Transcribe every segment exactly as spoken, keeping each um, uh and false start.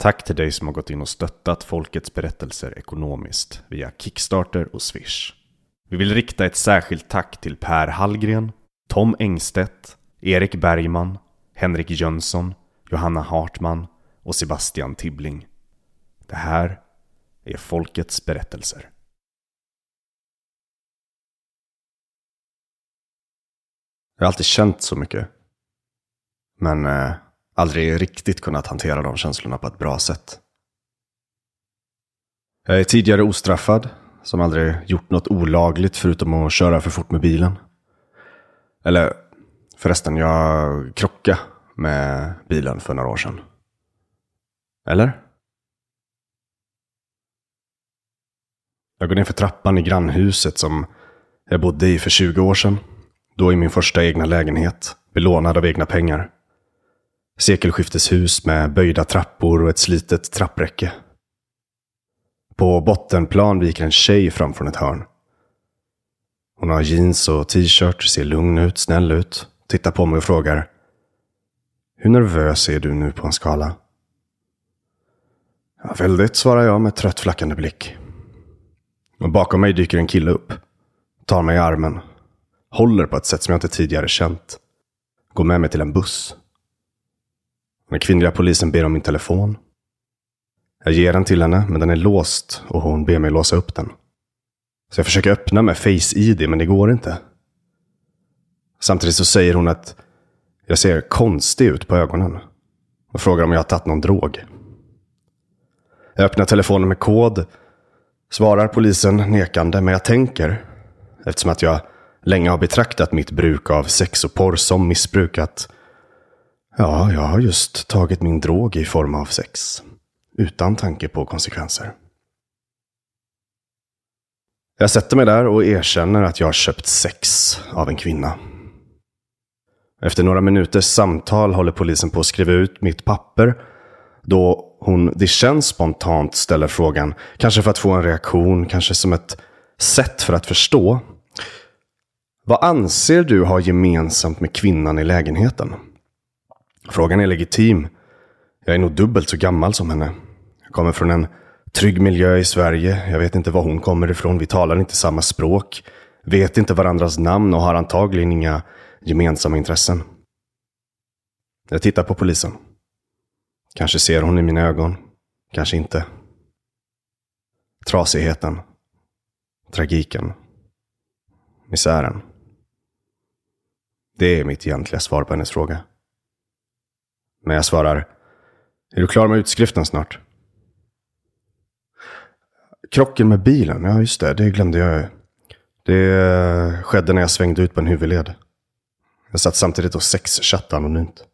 Tack till dig som har gått in och stöttat Folkets berättelser ekonomiskt via Kickstarter och Swish. Vi vill rikta ett särskilt tack till Per Hallgren, Tom Engstedt, Erik Bergman, Henrik Jönsson, Johanna Hartman och Sebastian Tibbling. Det här är Folkets berättelser. Jag har alltid känt så mycket. Men eh, aldrig riktigt kunnat hantera de känslorna på ett bra sätt. Jag är tidigare ostraffad, som aldrig gjort något olagligt förutom att köra för fort med bilen. Eller förresten, jag krockade med bilen för några år sedan. Eller? Jag går ner för trappan i grannhuset som jag bodde i för tjugo år sedan. Då i min första egna lägenhet, belånad av egna pengar. Sekelskifteshus med böjda trappor och ett slitet trappräcke. På bottenplan viker en tjej fram från ett hörn. Hon har jeans och t-shirt, ser lugn ut, snäll ut. Tittar på mig och frågar: hur nervös är du nu på en skala? Ja, väldigt, svarar jag med trött flackande blick. Och bakom mig dyker en kille upp. Tar mig i armen. Håller på ett sätt som jag inte tidigare känt. Går med mig till en buss. Den kvinnliga polisen ber om min telefon. Jag ger den till henne, men den är låst och hon ber mig låsa upp den. Så jag försöker öppna med Face I D, men det går inte. Samtidigt så säger hon att jag ser konstig ut på ögonen. Och frågar om jag har tagit någon drog. Jag öppnar telefonen med kod. Svarar polisen nekande, men jag tänker, eftersom att jag länge har betraktat mitt bruk av sex och porr som missbrukat. Ja, jag har just tagit min drog i form av sex. Utan tanke på konsekvenser. Jag sätter mig där och erkänner att jag har köpt sex av en kvinna. Efter några minuters samtal håller polisen på att skriva ut mitt papper. Då hon, det känns spontant, ställer frågan. Kanske för att få en reaktion, kanske som ett sätt för att förstå. Vad anser du har gemensamt med kvinnan i lägenheten? Frågan är legitim. Jag är nog dubbelt så gammal som henne. Jag kommer från en trygg miljö i Sverige. Jag vet inte var hon kommer ifrån. Vi talar inte samma språk. Vet inte varandras namn och har antagligen inga gemensamma intressen. Jag tittar på polisen. Kanske ser hon i mina ögon. Kanske inte. Trasigheten. Tragiken. Misären. Det är mitt egentliga svar på hennes fråga. Men jag svarar: är du klar med utskriften snart? Krocken med bilen, ja just det, det glömde jag. Det skedde när jag svängde ut på en huvudled. Jag satt samtidigt och sexchattade anonymt.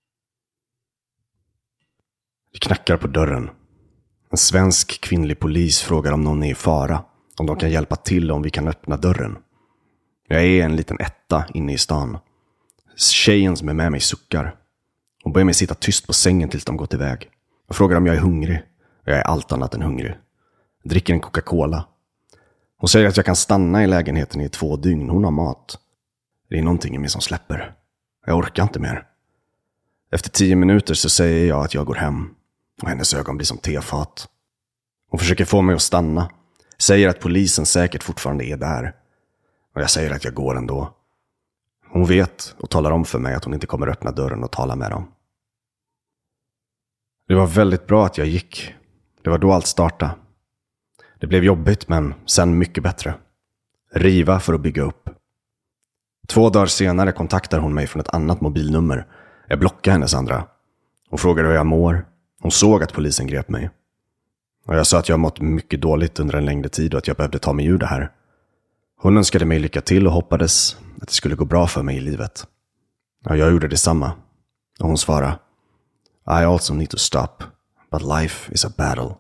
Det knackar på dörren. En svensk kvinnlig polis frågar om någon är i fara. Om de kan hjälpa till om vi kan öppna dörren. Jag är en liten etta inne i stan. Tjejen som är med mig suckar. Hon börjar mig sitta tyst på sängen tills de gått iväg. Jag frågar om jag är hungrig. Jag är allt annat än hungrig. Jag dricker en Coca-Cola. Hon säger att jag kan stanna i lägenheten i två dygn. Hon har mat. Det är någonting i mig som släpper. Jag orkar inte mer. Efter tio minuter så säger jag att jag går hem. Och hennes ögon blir som tefat. Hon försöker få mig att stanna. Säger att polisen säkert fortfarande är där. Och jag säger att jag går ändå. Hon vet och talar om för mig att hon inte kommer öppna dörren och tala med dem. Det var väldigt bra att jag gick. Det var då allt startade. Det blev jobbigt, men sen mycket bättre. Riva för att bygga upp. Två dagar senare kontaktar hon mig från ett annat mobilnummer. Jag blockar hennes andra. Hon frågade hur jag mår. Hon såg att polisen grep mig. Och jag sa att jag mått mycket dåligt under en längre tid och att jag behövde ta mig ur det här. Hon önskade mig lycka till och hoppades att det skulle gå bra för mig i livet. Och jag gjorde detsamma. Och hon svarade: I also need to stop, but life is a battle.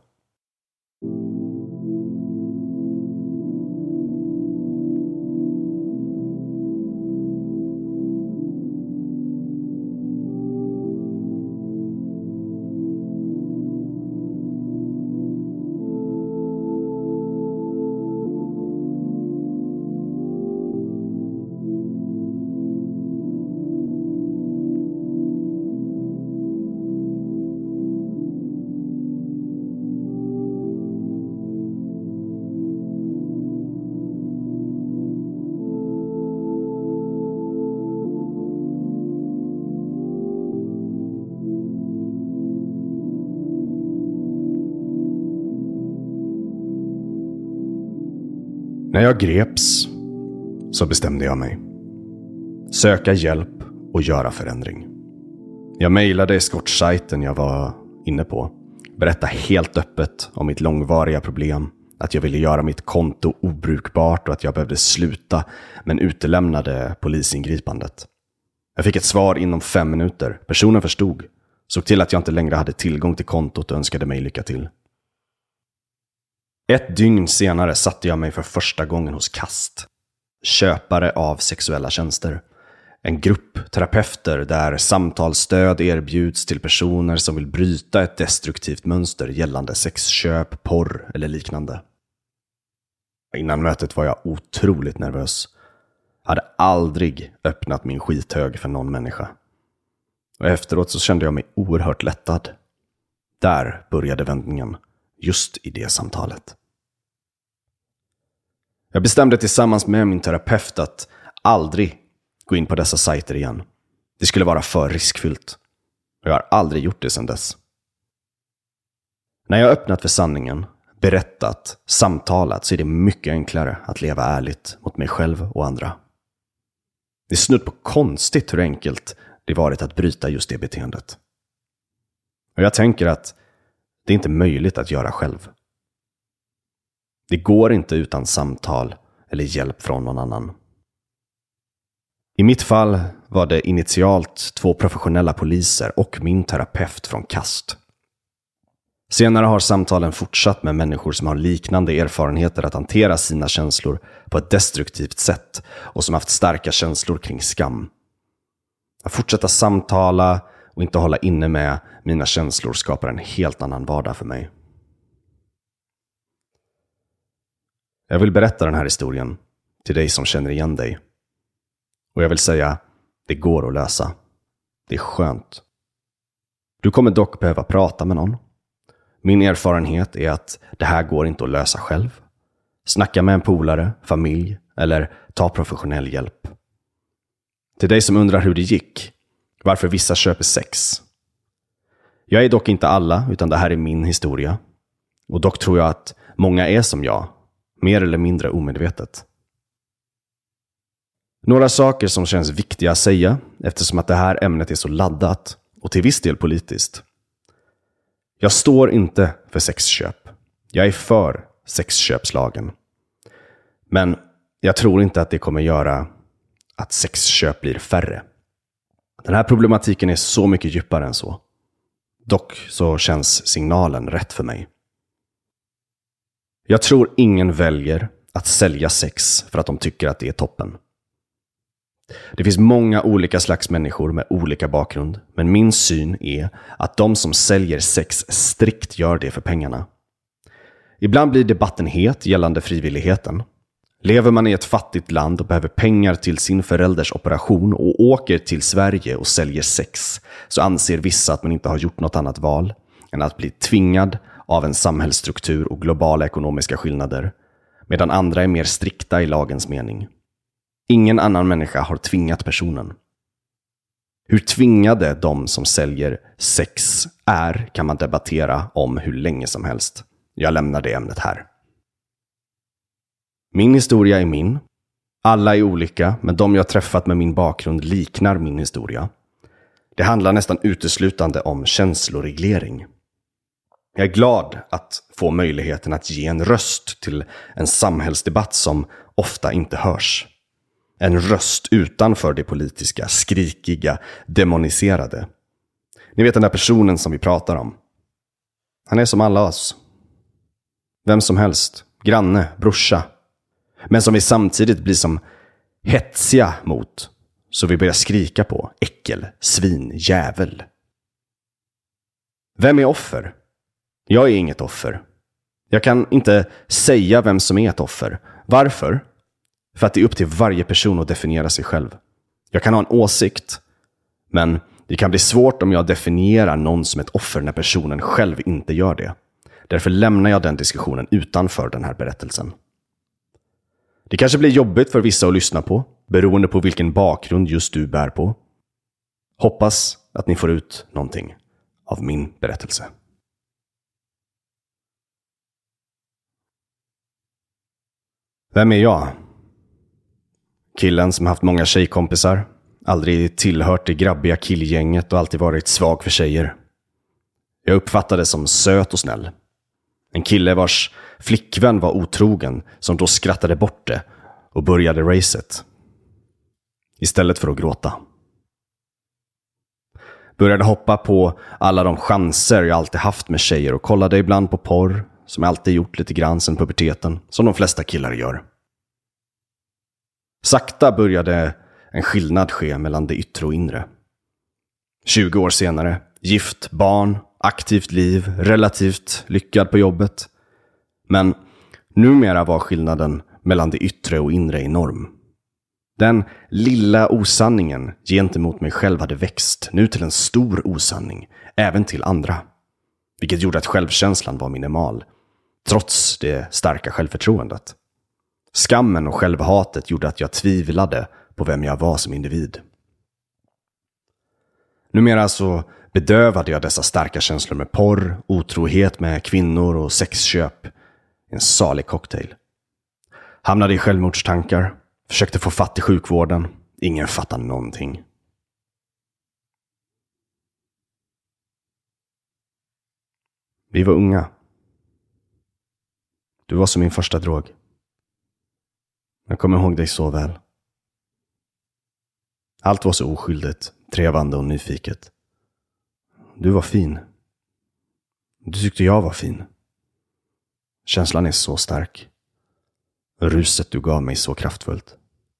När jag greps så bestämde jag mig. Söka hjälp och göra förändring. Jag mejlade eskortsajten jag var inne på. Berätta helt öppet om mitt långvariga problem. Att jag ville göra mitt konto obrukbart och att jag behövde sluta, men utelämnade polisingripandet. Jag fick ett svar inom fem minuter. Personen förstod. Såg till att jag inte längre hade tillgång till kontot och önskade mig lycka till. Ett dygn senare satte jag mig för första gången hos Kast. Köpare av sexuella tjänster. En grupp terapeuter där samtalsstöd erbjuds till personer som vill bryta ett destruktivt mönster gällande sexköp, porr eller liknande. Innan mötet var jag otroligt nervös. Jag hade aldrig öppnat min skithög för någon människa. Och efteråt så kände jag mig oerhört lättad. Där började vändningen, just i det samtalet. Jag bestämde tillsammans med min terapeut att aldrig gå in på dessa sajter igen. Det skulle vara för riskfyllt. Jag har aldrig gjort det sedan dess. När jag öppnat för sanningen, berättat, samtalat, så är det mycket enklare att leva ärligt mot mig själv och andra. Det är snudd på konstigt hur enkelt det varit att bryta just det beteendet. Och jag tänker att det är inte möjligt att göra själv. Det går inte utan samtal eller hjälp från någon annan. I mitt fall var det initialt två professionella poliser och min terapeut från Kast. Senare har samtalen fortsatt med människor som har liknande erfarenheter att hantera sina känslor på ett destruktivt sätt och som haft starka känslor kring skam. Att fortsätta samtala och inte hålla inne med mina känslor skapar en helt annan vardag för mig. Jag vill berätta den här historien till dig som känner igen dig. Och jag vill säga, det går att lösa. Det är skönt. Du kommer dock behöva prata med någon. Min erfarenhet är att det här går inte att lösa själv. Snacka med en polare, familj eller ta professionell hjälp. Till dig som undrar hur det gick, varför vissa köper sex. Jag är dock inte alla, utan det här är min historia. Och dock tror jag att många är som jag, mer eller mindre omedvetet. Några saker som känns viktiga att säga eftersom att det här ämnet är så laddat och till viss del politiskt. Jag står inte för sexköp. Jag är för sexköpslagen. Men jag tror inte att det kommer göra att sexköp blir färre. Den här problematiken är så mycket djupare än så. Dock så känns signalen rätt för mig. Jag tror ingen väljer att sälja sex för att de tycker att det är toppen. Det finns många olika slags människor med olika bakgrund, men min syn är att de som säljer sex strikt gör det för pengarna. Ibland blir debatten het gällande frivilligheten. Lever man i ett fattigt land och behöver pengar till sin förälders operation och åker till Sverige och säljer sex, så anser vissa att man inte har gjort något annat val än att bli tvingad av en samhällsstruktur och globala ekonomiska skillnader, medan andra är mer strikta i lagens mening. Ingen annan människa har tvingat personen. Hur tvingade de som säljer sex är kan man debattera om hur länge som helst. Jag lämnar det ämnet här. Min historia är min. Alla är olika, men de jag träffat med min bakgrund liknar min historia. Det handlar nästan uteslutande om känsloreglering. Jag är glad att få möjligheten att ge en röst till en samhällsdebatt som ofta inte hörs. En röst utanför det politiska, skrikiga, demoniserade. Ni vet den där personen som vi pratar om. Han är som alla oss. Vem som helst, granne, brorsa. Men som vi samtidigt blir som hetsiga mot. Så vi börjar skrika på äckel, svin, jävel. Vem är offer? Jag är inget offer. Jag kan inte säga vem som är ett offer. Varför? För att det är upp till varje person att definiera sig själv. Jag kan ha en åsikt, men det kan bli svårt om jag definierar någon som ett offer när personen själv inte gör det. Därför lämnar jag den diskussionen utanför den här berättelsen. Det kanske blir jobbigt för vissa att lyssna på, beroende på vilken bakgrund just du bär på. Hoppas att ni får ut någonting av min berättelse. Vem är jag? Killen som haft många tjejkompisar, aldrig tillhört det grabbiga killgänget och alltid varit svag för tjejer. Jag uppfattades som söt och snäll. En kille vars flickvän var otrogen, som då skrattade bort det och började racet. Istället för att gråta. Började hoppa på alla de chanser jag alltid haft med tjejer och kollade ibland på porr, som jag alltid gjort lite grann sedan puberteten, som de flesta killar gör. Sakta började en skillnad ske mellan det yttre och inre. tjugo år senare, gift, barn, aktivt liv, relativt lyckad på jobbet. Men numera var skillnaden mellan det yttre och inre enorm. Den lilla osanningen gentemot mig själv hade växt nu till en stor osanning, även till andra. Vilket gjorde att självkänslan var minimal, trots det starka självförtroendet. Skammen och självhatet gjorde att jag tvivlade på vem jag var som individ. Numera så bedövade jag dessa starka känslor med porr, otrohet med kvinnor och sexköp. En salig cocktail. Hamnade i självmordstankar, försökte få fatt i sjukvården. Ingen fattade någonting. Vi var unga. Du var som min första drog. Jag kommer ihåg dig så väl. Allt var så oskyldigt, trevande och nyfiket. Du var fin. Du tyckte jag var fin. Känslan är så stark. Ruset du gav mig så kraftfullt.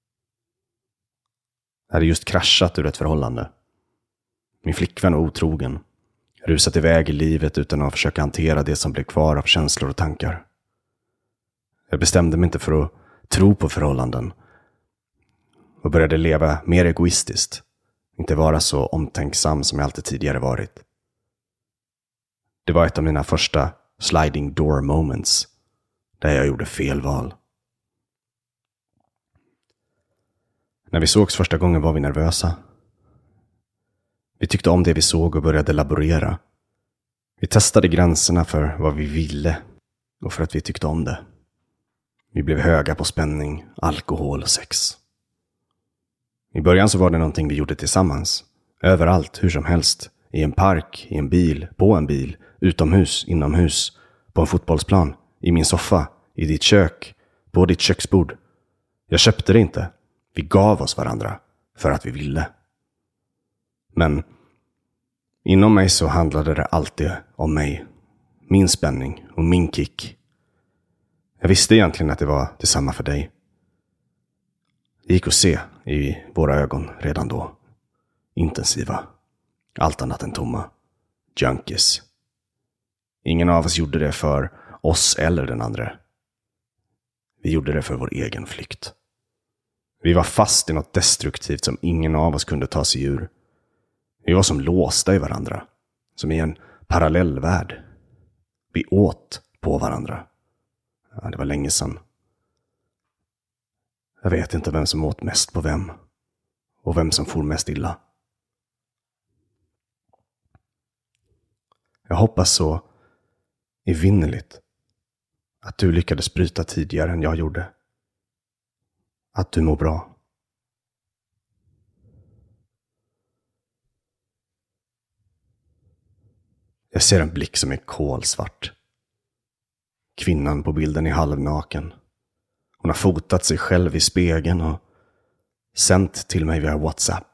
Jag hade just kraschat ur ett förhållande. Min flickvän var otrogen. Rusat iväg i livet utan att försöka hantera det som blev kvar av känslor och tankar. Jag bestämde mig inte för att tro på förhållanden. Och började leva mer egoistiskt. Inte vara så omtänksam som jag alltid tidigare varit. Det var ett av mina första sliding door moments. Där jag gjorde fel val. När vi sågs första gången var vi nervösa. Vi tyckte om det vi såg och började laborera. Vi testade gränserna för vad vi ville och för att vi tyckte om det. Vi blev höga på spänning, alkohol och sex. I början så var det någonting vi gjorde tillsammans. Överallt, hur som helst. I en park, i en bil, på en bil, utomhus, inomhus, på en fotbollsplan, i min soffa, i ditt kök, på ditt köksbord. Jag köpte det inte. Vi gav oss varandra för att vi ville. Men inom mig så handlade det alltid om mig. Min spänning och min kick. Jag visste egentligen att det var detsamma för dig. Det gick att se i våra ögon redan då. Intensiva. Allt annat än tomma. Junkies. Ingen av oss gjorde det för oss eller den andra. Vi gjorde det för vår egen flykt. Vi var fast i något destruktivt som ingen av oss kunde ta sig ur. Vi var som låsta i varandra. Som i en parallellvärld. Vi åt på varandra. Ja, det var länge sedan. Jag vet inte vem som åt mest på vem. Och vem som for mest illa. Jag hoppas så evinnerligt att du lyckades bryta tidigare än jag gjorde. Att du mår bra. Jag ser en blick som är kolsvart. Kvinnan på bilden är halvnaken. Hon har fotat sig själv i spegeln och sänt till mig via WhatsApp.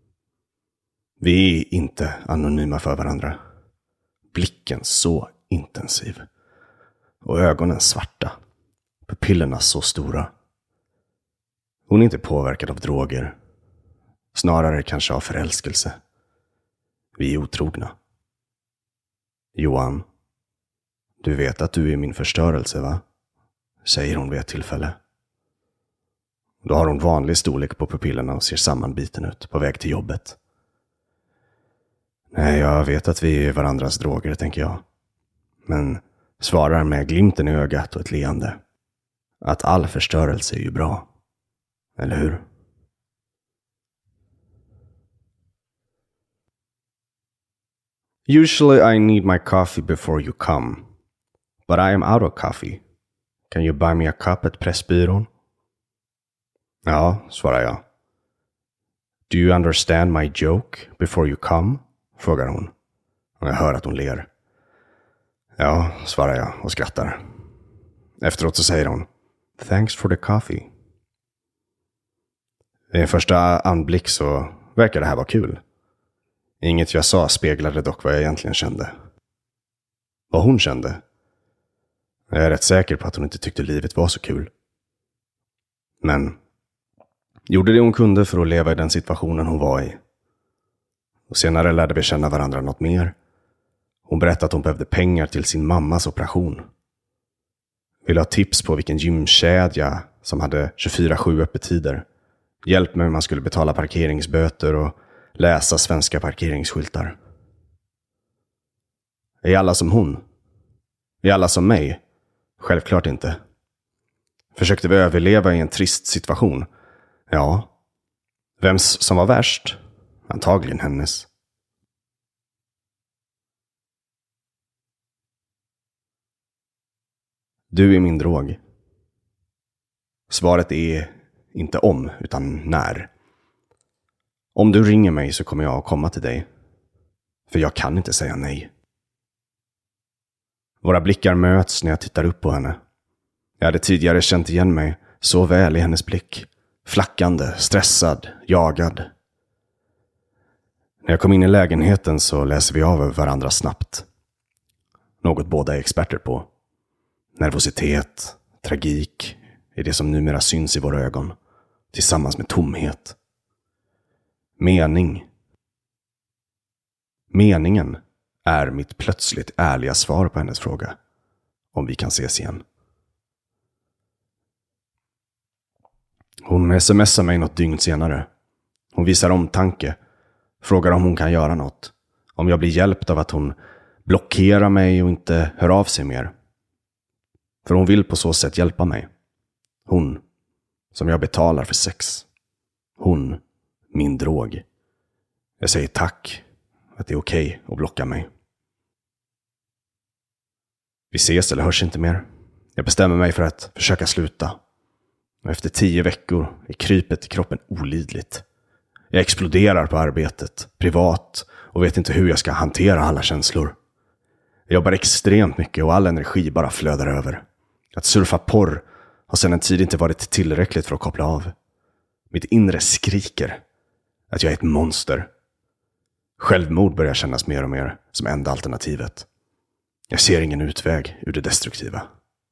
Vi är inte anonyma för varandra. Blicken så intensiv. Och ögonen svarta. Pupillerna så stora. Hon är inte påverkad av droger. Snarare kanske av förälskelse. Vi är otrogna. Johan, du vet att du är min förstörelse, va? Säger hon vid ett tillfälle. Då har hon vanlig storlek på pupillerna och ser sammanbiten ut på väg till jobbet. Nej, jag vet att vi är varandras droger, tänker jag. Men svarar med glimten i ögat och ett leende. Att all förstörelse är ju bra. Eller hur? Usually I need my coffee before you come. But I am out of coffee. Can you buy me a cup at Pressbyrån? Ja, svarar jag. Do you understand my joke before you come? Frågar hon. Och jag hör att hon ler. Ja, svarar jag och skrattar. Efteråt så säger hon, thanks for the coffee. Vid en första anblick så verkar det här vara kul. Inget jag sa speglade dock vad jag egentligen kände. Vad hon kände. Jag är rätt säker på att hon inte tyckte livet var så kul. Men gjorde det hon kunde för att leva i den situationen hon var i. Och senare lärde vi känna varandra något mer. Hon berättade att hon behövde pengar till sin mammas operation. Ville ha tips på vilken gymkedja som hade tjugofyra sju öppettider. Hjälp med hur man skulle betala parkeringsböter och läsa svenska parkeringsskyltar. Är alla som hon? Är alla som mig? Självklart inte. Försökte vi överleva i en trist situation? Ja. Vems som var värst? Antagligen hennes. Du är min drog. Svaret är inte om, utan när. Om du ringer mig så kommer jag att komma till dig. För jag kan inte säga nej. Våra blickar möts när jag tittar upp på henne. Jag hade tidigare känt igen mig så väl i hennes blick. Flackande, stressad, jagad. När jag kom in i lägenheten så läser vi av varandra snabbt. Något båda är experter på. Nervositet, tragik är det som numera syns i våra ögon. Tillsammans med tomhet. Mening. Meningen är mitt plötsligt ärliga svar på hennes fråga. Om vi kan ses igen. Hon smsar mig något dygn senare. Hon visar omtanke. Frågar om hon kan göra något. Om jag blir hjälpt av att hon blockerar mig och inte hör av sig mer. För hon vill på så sätt hjälpa mig. Hon, som jag betalar för sex. Hon, min drog. Jag säger tack, att det är okej att blocka mig. Vi ses eller hörs inte mer. Jag bestämmer mig för att försöka sluta. Och efter tio veckor är krypet i kroppen olidligt. Jag exploderar på arbetet, privat, och vet inte hur jag ska hantera alla känslor. Jag jobbar extremt mycket och all energi bara flödar över. Att surfa porr har sedan en tid inte varit tillräckligt för att koppla av. Mitt inre skriker att jag är ett monster. Självmord börjar kännas mer och mer som enda alternativet. Jag ser ingen utväg ur det destruktiva.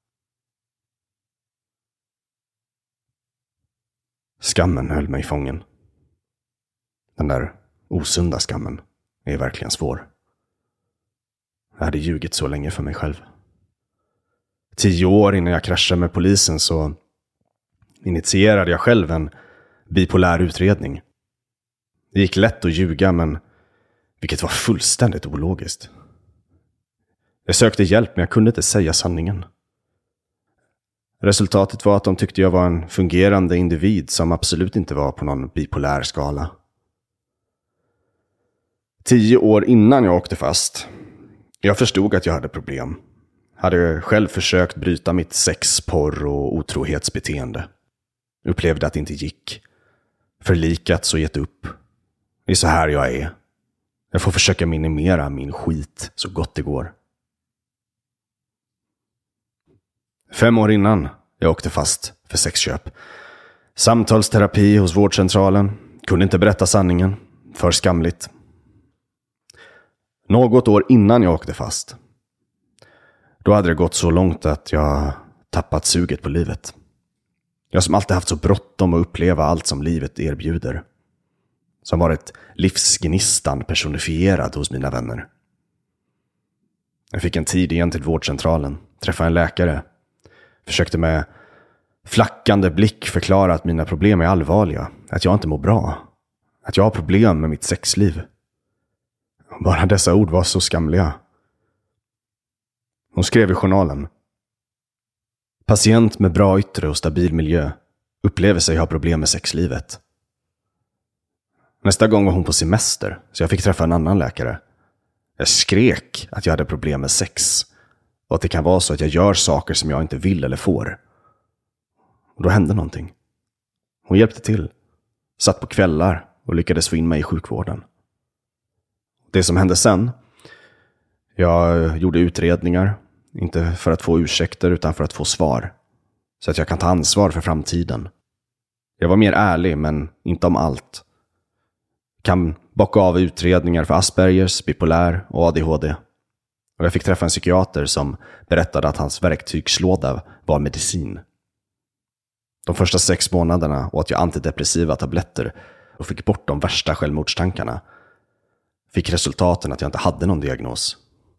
Skammen höll mig fången. Den där osunda skammen är verkligen svår. Jag hade ljugit så länge för mig själv. Tio år innan jag kraschade med polisen så initierade jag själv en bipolär utredning. Det gick lätt att ljuga, men vilket var fullständigt ologiskt. Jag sökte hjälp, men jag kunde inte säga sanningen. Resultatet var att de tyckte jag var en fungerande individ som absolut inte var på någon bipolär skala. Tio år innan jag åkte fast. Jag förstod att jag hade problem. Hade själv försökt bryta mitt sex, porr och otrohetsbeteende. Upplevde att det inte gick. Förlikats och gett upp. Det är så här jag är. Jag får försöka minimera min skit så gott det går. Fem år innan jag åkte fast för sexköp. Samtalsterapi hos vårdcentralen. Kunde inte berätta sanningen. För skamligt. Något år innan jag åkte fast. Då hade det gått så långt att jag tappat suget på livet. Jag som alltid haft så bråttom att uppleva allt som livet erbjuder. Som varit livsgnistan personifierad hos mina vänner. Jag fick en tid igen till vårdcentralen. Träffade en läkare. Försökte med flackande blick förklara att mina problem är allvarliga. Att jag inte mår bra. Att jag har problem med mitt sexliv. Bara dessa ord var så skamliga. Hon skrev i journalen. Patient med bra yttre och stabil miljö upplever sig ha problem med sexlivet. Nästa gång var hon på semester, så jag fick träffa en annan läkare. Jag skrek att jag hade problem med sex. Och att det kan vara så att jag gör saker som jag inte vill eller får. Och då hände någonting. Hon hjälpte till. Satt på kvällar och lyckades få in mig i sjukvården. Det som hände sen. Jag gjorde utredningar. Inte för att få ursäkter utan för att få svar. Så att jag kan ta ansvar för framtiden. Jag var mer ärlig men inte om allt. Kan bocka av utredningar för Aspergers, bipolär och A D H D. Och jag fick träffa en psykiater som berättade att hans verktygslåda var medicin. De första sex månaderna åt jag antidepressiva tabletter och fick bort de värsta självmordstankarna. Fick resultaten att jag inte hade någon diagnos.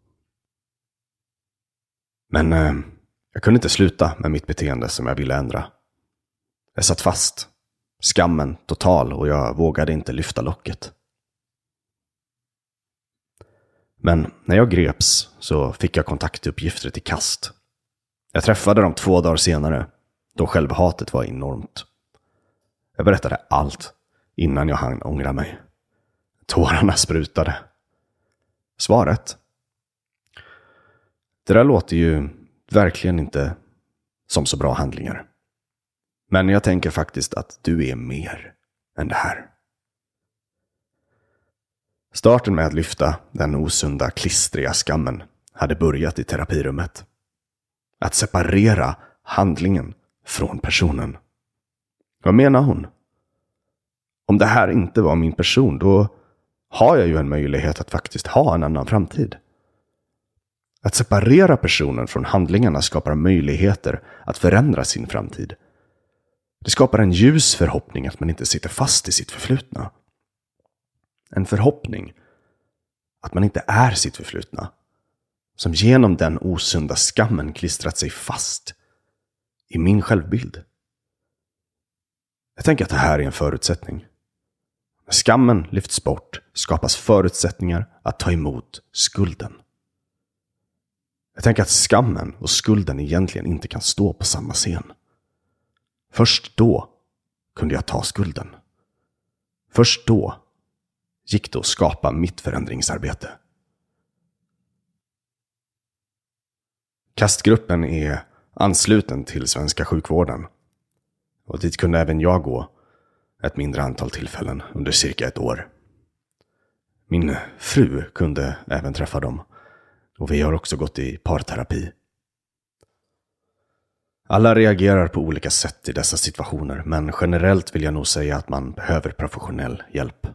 Men eh, jag kunde inte sluta med mitt beteende som jag ville ändra. Jag satt fast. Skammen total och jag vågade inte lyfta locket. Men när jag greps så fick jag kontaktuppgifter till Kast. Jag träffade dem två dagar senare, då självhatet var enormt. Jag berättade allt innan jag hann ångra mig. Tårarna sprutade. Svaret? Det där låter ju verkligen inte som så bra handlingar. Men jag tänker faktiskt att du är mer än det här. Starten med att lyfta den osunda, klistriga skammen hade börjat i terapirummet. Att separera handlingen från personen. Vad menar hon? Om det här inte var min person, då har jag ju en möjlighet att faktiskt ha en annan framtid. Att separera personen från handlingarna skapar möjligheter att förändra sin framtid. Det skapar en ljus förhoppning att man inte sitter fast i sitt förflutna. En förhoppning att man inte är sitt förflutna. Som genom den osunda skammen klistrat sig fast i min självbild. Jag tänker att det här är en förutsättning. När skammen lyfts bort skapas förutsättningar att ta emot skulden. Jag tänker att skammen och skulden egentligen inte kan stå på samma scen. Först då kunde jag ta skulden. Först då gick det att skapa mitt förändringsarbete. Kastgruppen är ansluten till svenska sjukvården. Och dit kunde även jag gå ett mindre antal tillfällen under cirka ett år. Min fru kunde även träffa dem. Och vi har också gått i parterapi. Alla reagerar på olika sätt i dessa situationer, men generellt vill jag nog säga att man behöver professionell hjälp.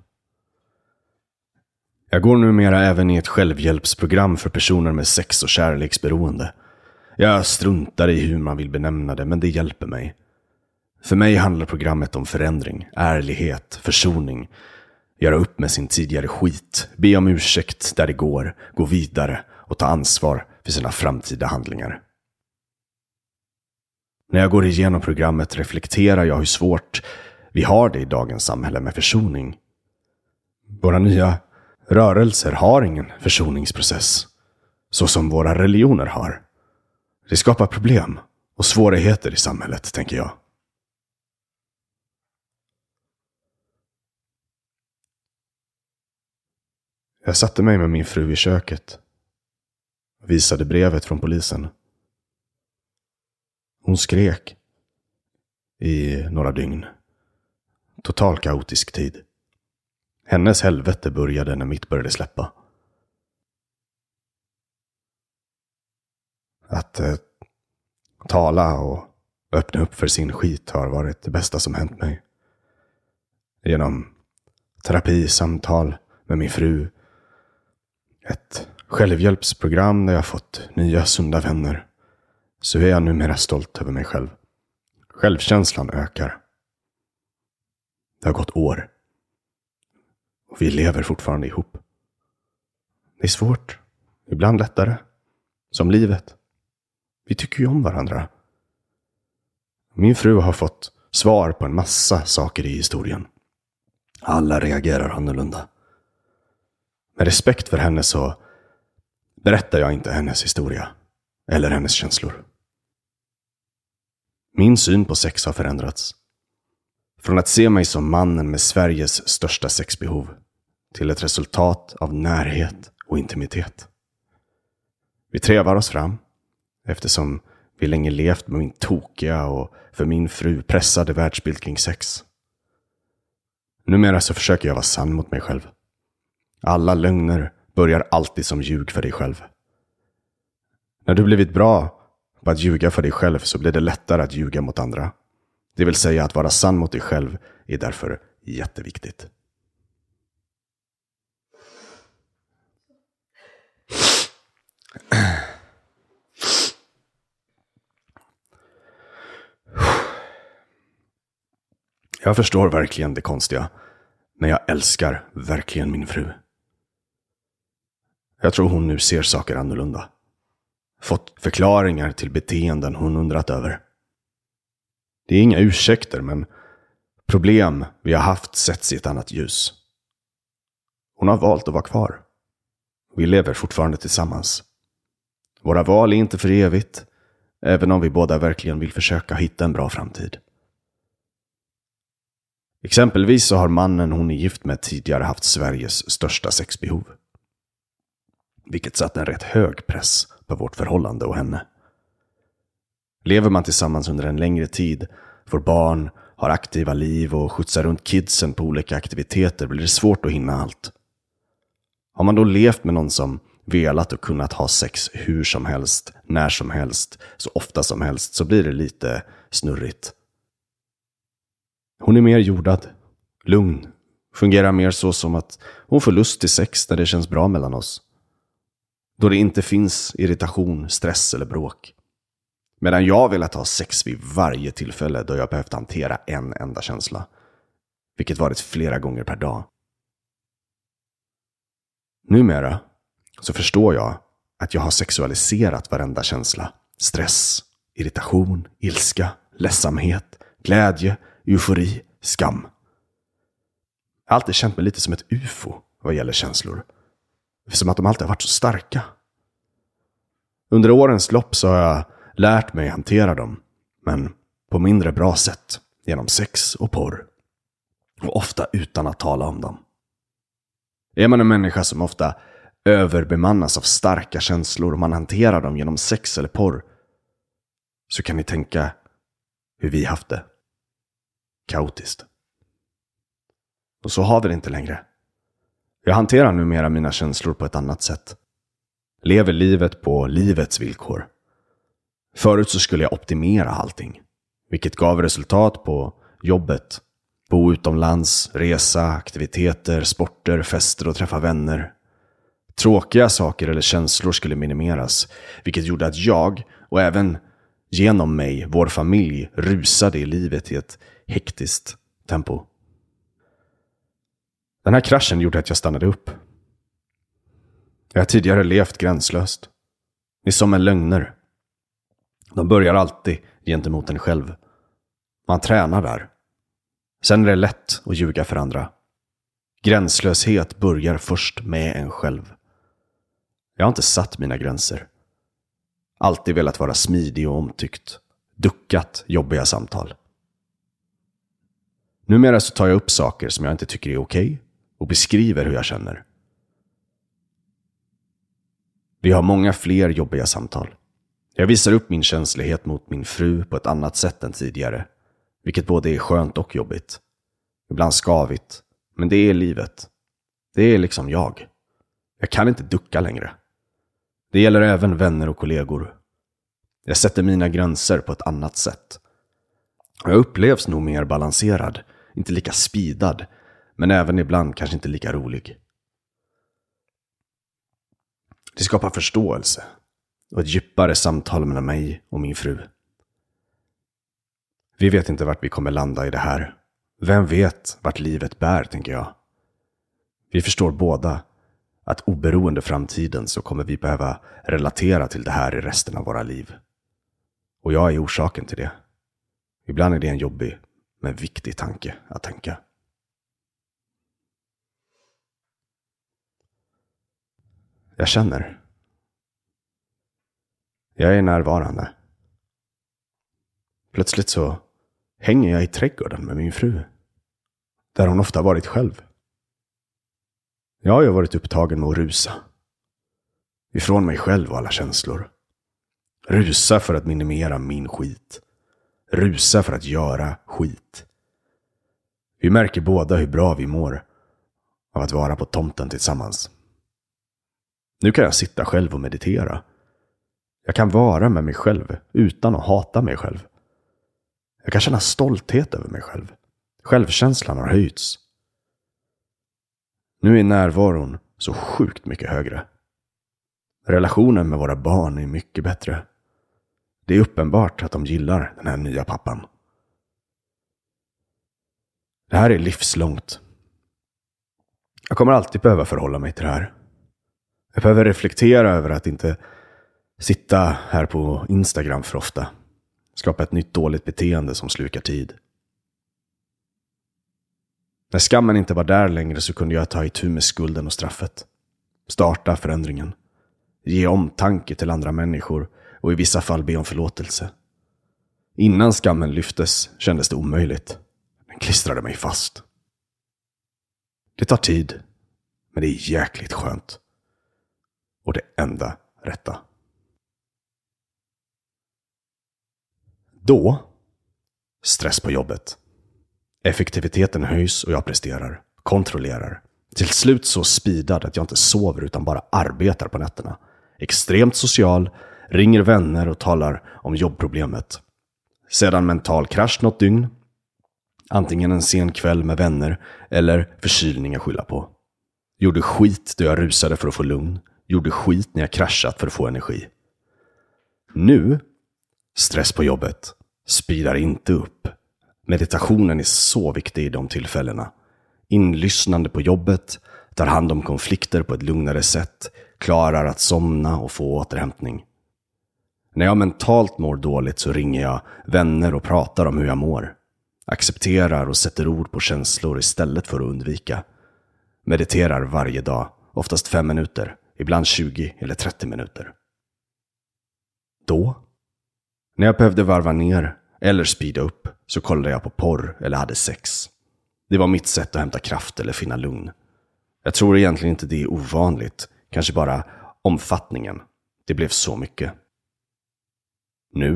Jag går numera även i ett självhjälpsprogram för personer med sex- och kärleksberoende. Jag struntar i hur man vill benämna det, men det hjälper mig. För mig handlar programmet om förändring, ärlighet, försoning, göra upp med sin tidigare skit, be om ursäkt där det går, gå vidare och ta ansvar för sina framtida handlingar. När jag går igenom programmet reflekterar jag hur svårt vi har det i dagens samhälle med försoning. Våra nya rörelser har ingen försoningsprocess, så som våra religioner har. Det skapar problem och svårigheter i samhället, tänker jag. Jag satte mig med min fru i köket och visade brevet från polisen. Hon skrek i några dygn. Total kaotisk tid. Hennes helvete började när mitt började släppa. Att eh, tala och öppna upp för sin skit har varit det bästa som hänt mig. Genom terapisamtal med min fru. Ett självhjälpsprogram där jag fått nya sunda vänner. Så är jag numera stolt över mig själv. Självkänslan ökar. Det har gått år. Och vi lever fortfarande ihop. Det är svårt. Ibland lättare. Som livet. Vi tycker ju om varandra. Min fru har fått svar på en massa saker i historien. Alla reagerar annorlunda. Med respekt för henne så berättar jag inte hennes historia. Eller hennes känslor. Min syn på sex har förändrats. Från att se mig som mannen med Sveriges största sexbehov till ett resultat av närhet och intimitet. Vi trevar oss fram, Eftersom vi länge levt med min tokiga och för min fru pressade världsbild kring sex. Numera så försöker jag vara sann mot mig själv. Alla lögner börjar alltid som ljug för dig själv. När du blivit bra på att ljuga för dig själv så blir det lättare att ljuga mot andra. Det vill säga att vara sann mot dig själv är därför jätteviktigt. Jag förstår verkligen det konstiga, men jag älskar verkligen min fru. Jag tror hon nu ser saker annorlunda. Fått förklaringar till beteenden hon undrat över. Det är inga ursäkter, men problem vi har haft sätts i ett annat ljus. Hon har valt att vara kvar. Vi lever fortfarande tillsammans. Våra val är inte för evigt, även om vi båda verkligen vill försöka hitta en bra framtid. Exempelvis så har mannen hon är gift med tidigare haft Sveriges största sexbehov. Vilket satt en rätt hög press på vårt förhållande och henne. Lever man tillsammans under en längre tid, får barn, har aktiva liv och skjutsar runt kidsen på olika aktiviteter blir det svårt att hinna allt. Har man då levt med någon som velat och kunnat ha sex hur som helst, när som helst, så ofta som helst, så blir det lite snurrigt. Hon är mer jordad, lugn, fungerar mer så som att hon får lust till sex när det känns bra mellan oss. Då det inte finns irritation, stress eller bråk. Medan jag velat ha sex vid varje tillfälle då jag behövt hantera en enda känsla. Vilket varit flera gånger per dag. Numera så förstår jag att jag har sexualiserat varenda känsla. Stress, irritation, ilska, ledsamhet, glädje, eufori, skam. Jag har alltid känt mig lite som ett U F O vad gäller känslor. Som att de alltid har varit så starka. Under årens lopp så har jag lärt mig hantera dem. Men på mindre bra sätt. Genom sex och porr. Och ofta utan att tala om dem. Är man en människa som ofta överbemannas av starka känslor och man hanterar dem genom sex eller porr, så kan ni tänka hur vi haft det. Kaotiskt. Och så har vi det inte längre. Jag hanterar numera mina känslor på ett annat sätt. Lever livet på livets villkor. Förut så skulle jag optimera allting. Vilket gav resultat på jobbet. Bo utomlands, resa, aktiviteter, sporter, fester och träffa vänner. Tråkiga saker eller känslor skulle minimeras. Vilket gjorde att jag och även genom mig, vår familj, rusade i livet i ett hektiskt tempo. Den här kraschen gjorde att jag stannade upp. Jag har tidigare levt gränslöst. Det är som en lögner. De börjar alltid gentemot en själv. Man tränar där. Sen är det lätt att ljuga för andra. Gränslöshet börjar först med en själv. Jag har inte satt mina gränser. Alltid velat vara smidig och omtyckt. Duckat jobbiga samtal. Numera så tar jag upp saker som jag inte tycker är okej och beskriver hur jag känner. Vi har många fler jobbiga samtal. Jag visar upp min känslighet mot min fru på ett annat sätt än tidigare. Vilket både är skönt och jobbigt. Ibland skavigt. Men det är livet. Det är liksom jag. Jag kan inte ducka längre. Det gäller även vänner och kollegor. Jag sätter mina gränser på ett annat sätt. Jag upplevs nog mer balanserad. Inte lika speedad. Men även ibland kanske inte lika rolig. Det skapar förståelse. Och ett djupare samtal mellan mig och min fru. Vi vet inte vart vi kommer landa i det här. Vem vet vart livet bär, tänker jag. Vi förstår båda att oberoende framtiden så kommer vi behöva relatera till det här i resten av våra liv. Och jag är orsaken till det. Ibland är det en jobbig men viktig tanke att tänka. Jag känner. Jag är närvarande. Plötsligt så hänger jag i trädgården med min fru. Där hon ofta varit själv. Jag har ju varit upptagen med att rusa. Ifrån mig själv och alla känslor. Rusa för att minimera min skit. Rusa för att göra skit. Vi märker båda hur bra vi mår av att vara på tomten tillsammans. Nu kan jag sitta själv och meditera. Jag kan vara med mig själv utan att hata mig själv. Jag kan känna stolthet över mig själv. Självkänslan har höjts. Nu är närvaron så sjukt mycket högre. Relationen med våra barn är mycket bättre. Det är uppenbart att de gillar den här nya pappan. Det här är livslångt. Jag kommer alltid behöva förhålla mig till det här. Jag behöver reflektera över att inte sitta här på Instagram för ofta. Skapa ett nytt dåligt beteende som slukar tid. När skammen inte var där längre så kunde jag ta itu med skulden och straffet. Starta förändringen. Ge omtanke till andra människor och i vissa fall be om förlåtelse. Innan skammen lyftes kändes det omöjligt. Den klistrade mig fast. Det tar tid, men det är jäkligt skönt. Och det enda rätta. Då, stress på jobbet. Effektiviteten höjs och jag presterar, kontrollerar. Till slut så speedad att jag inte sover utan bara arbetar på nätterna. Extremt social, ringer vänner och talar om jobbproblemet. Sedan mental krasch något dygn. Antingen en sen kväll med vänner eller förkylning att skylla på. Gjorde skit då jag rusade för att få lugn. Gjorde skit när jag kraschat för att få energi. Nu, stress på jobbet, speedar inte upp. Meditationen är så viktig i de tillfällena. Inlyssnande på jobbet, tar hand om konflikter på ett lugnare sätt, klarar att somna och få återhämtning. När jag mentalt mår dåligt så ringer jag vänner och pratar om hur jag mår. Accepterar och sätter ord på känslor istället för att undvika. Mediterar varje dag, oftast fem minuter, ibland tjugo eller trettio minuter. Då, när jag behövde varva ner eller speeda upp, så kollade jag på porr eller hade sex. Det var mitt sätt att hämta kraft eller finna lugn. Jag tror egentligen inte det är ovanligt, kanske bara omfattningen. Det blev så mycket. Nu,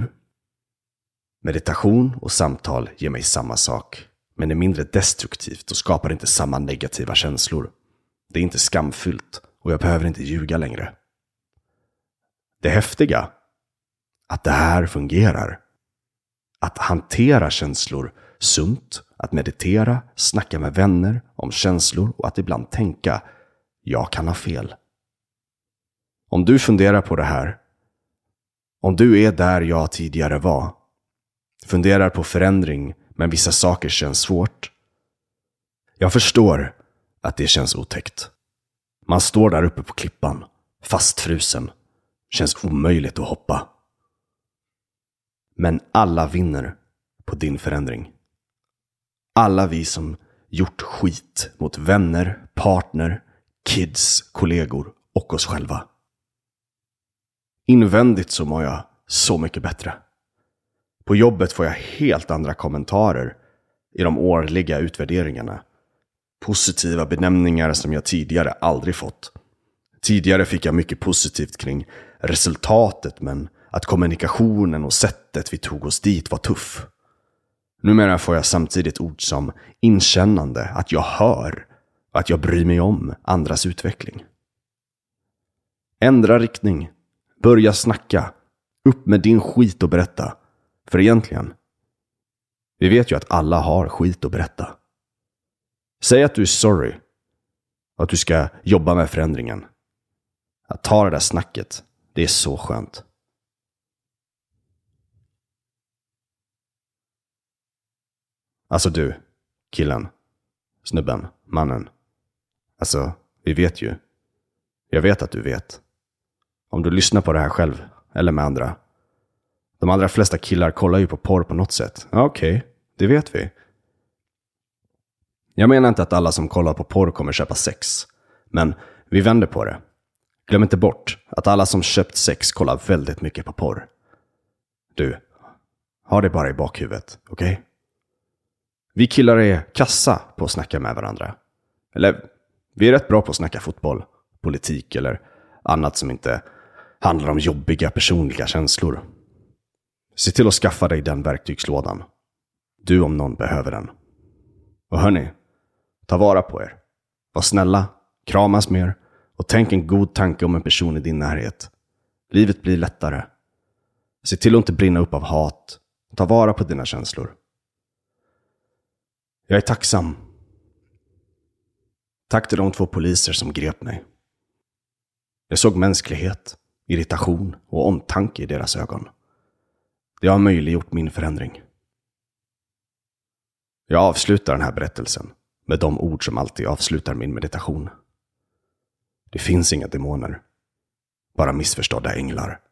meditation och samtal ger mig samma sak, men är mindre destruktivt och skapar inte samma negativa känslor. Det är inte skamfyllt och jag behöver inte ljuga längre. Det häftiga, att det här fungerar. Att hantera känslor sunt, att meditera, snacka med vänner om känslor och att ibland tänka, jag kan ha fel. Om du funderar på det här, om du är där jag tidigare var, funderar på förändring men vissa saker känns svårt. Jag förstår att det känns otäckt. Man står där uppe på klippan, fastfrusen, känns omöjligt att hoppa. Men alla vinner på din förändring. Alla vi som gjort skit mot vänner, partner, kids, kollegor och oss själva. Invändigt så mår jag så mycket bättre. På jobbet får jag helt andra kommentarer i de årliga utvärderingarna. Positiva benämningar som jag tidigare aldrig fått. Tidigare fick jag mycket positivt kring resultatet, men att kommunikationen och sättet vi tog oss dit var tuff. Numera får jag samtidigt ord som inkännande, att jag hör och att jag bryr mig om andras utveckling. Ändra riktning. Börja snacka. Upp med din skit och berätta. För egentligen, vi vet ju att alla har skit att berätta. Säg att du är sorry och att du ska jobba med förändringen. Att ta det där snacket, det är så skönt. Alltså du, killen, snubben, mannen. Alltså, vi vet ju. Jag vet att du vet. Om du lyssnar på det här själv, eller med andra. De allra flesta killar kollar ju på porr på något sätt. Okej, okay, det vet vi. Jag menar inte att alla som kollar på porr kommer köpa sex. Men vi vänder på det. Glöm inte bort att alla som köpt sex kollar väldigt mycket på porr. Du, ha det bara i bakhuvudet, okej? Okay? Vi killar är kassa på att snacka med varandra. Eller, vi är rätt bra på att snacka fotboll, politik eller annat som inte handlar om jobbiga personliga känslor. Se till att skaffa dig den verktygslådan. Du om någon behöver den. Och hörni, ta vara på er. Var snälla, kramas mer och tänk en god tanke om en person i din närhet. Livet blir lättare. Se till att inte brinna upp av hat. Ta vara på dina känslor. Jag är tacksam. Tack till de två poliser som grep mig. Jag såg mänsklighet, irritation och omtanke i deras ögon. Det har möjliggjort min förändring. Jag avslutar den här berättelsen med de ord som alltid avslutar min meditation. Det finns inga demoner, bara missförstådda änglar.